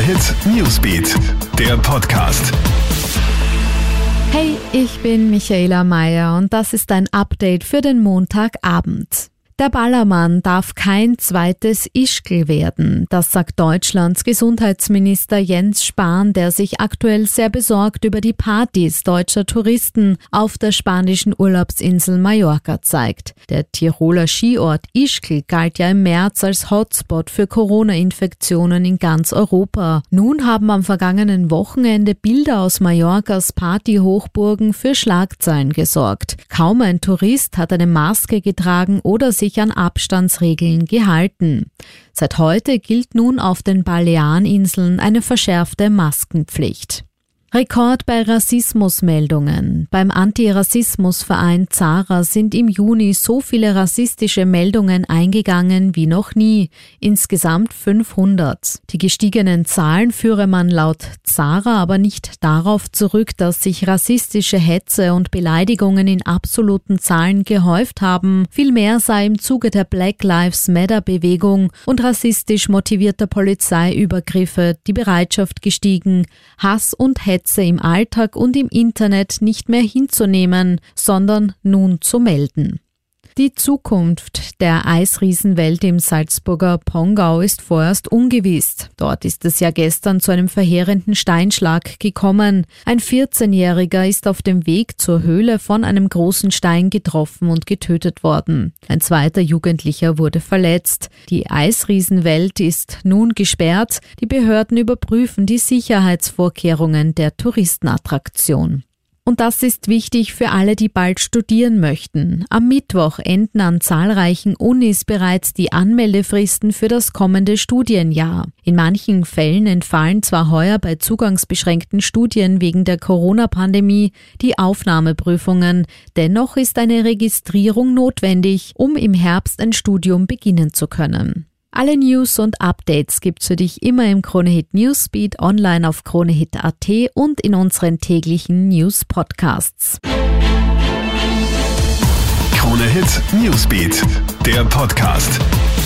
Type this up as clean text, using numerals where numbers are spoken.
Hit Newsbeat, der Podcast. Hey, ich bin Michaela Mayer und das ist ein Update für den Montagabend. Der Ballermann darf kein zweites Ischgl werden, das sagt Deutschlands Gesundheitsminister Jens Spahn, der sich aktuell sehr besorgt über die Partys deutscher Touristen auf der spanischen Urlaubsinsel Mallorca zeigt. Der Tiroler Skiort Ischgl galt ja im März als Hotspot für Corona-Infektionen in ganz Europa. Nun haben am vergangenen Wochenende Bilder aus Mallorcas Partyhochburgen für Schlagzeilen gesorgt. Kaum ein Tourist hat eine Maske getragen oder sich an Abstandsregeln gehalten. Seit heute gilt nun auf den Baleareninseln eine verschärfte Maskenpflicht. Rekord bei Rassismusmeldungen. Beim Antirassismusverein ZARA sind im Juni so viele rassistische Meldungen eingegangen wie noch nie, insgesamt 500. Die gestiegenen Zahlen führe man laut ZARA aber nicht darauf zurück, dass sich rassistische Hetze und Beleidigungen in absoluten Zahlen gehäuft haben. Vielmehr sei im Zuge der Black Lives Matter-Bewegung und rassistisch motivierter Polizeiübergriffe die Bereitschaft gestiegen, Hass und Hetze im Alltag und im Internet nicht mehr hinzunehmen, sondern nun zu melden. Die Zukunft der Eisriesenwelt im Salzburger Pongau ist vorerst ungewiss. Dort ist es ja gestern zu einem verheerenden Steinschlag gekommen. Ein 14-Jähriger ist auf dem Weg zur Höhle von einem großen Stein getroffen und getötet worden. Ein zweiter Jugendlicher wurde verletzt. Die Eisriesenwelt ist nun gesperrt. Die Behörden überprüfen die Sicherheitsvorkehrungen der Touristenattraktion. Und das ist wichtig für alle, die bald studieren möchten. Am Mittwoch enden an zahlreichen Unis bereits die Anmeldefristen für das kommende Studienjahr. In manchen Fällen entfallen zwar heuer bei zugangsbeschränkten Studien wegen der Corona-Pandemie die Aufnahmeprüfungen, dennoch ist eine Registrierung notwendig, um im Herbst ein Studium beginnen zu können. Alle News und Updates gibt's für dich immer im Kronehit Newsbeat, online auf kronehit.at und in unseren täglichen News-Podcasts. Kronehit Newsbeat, der Podcast.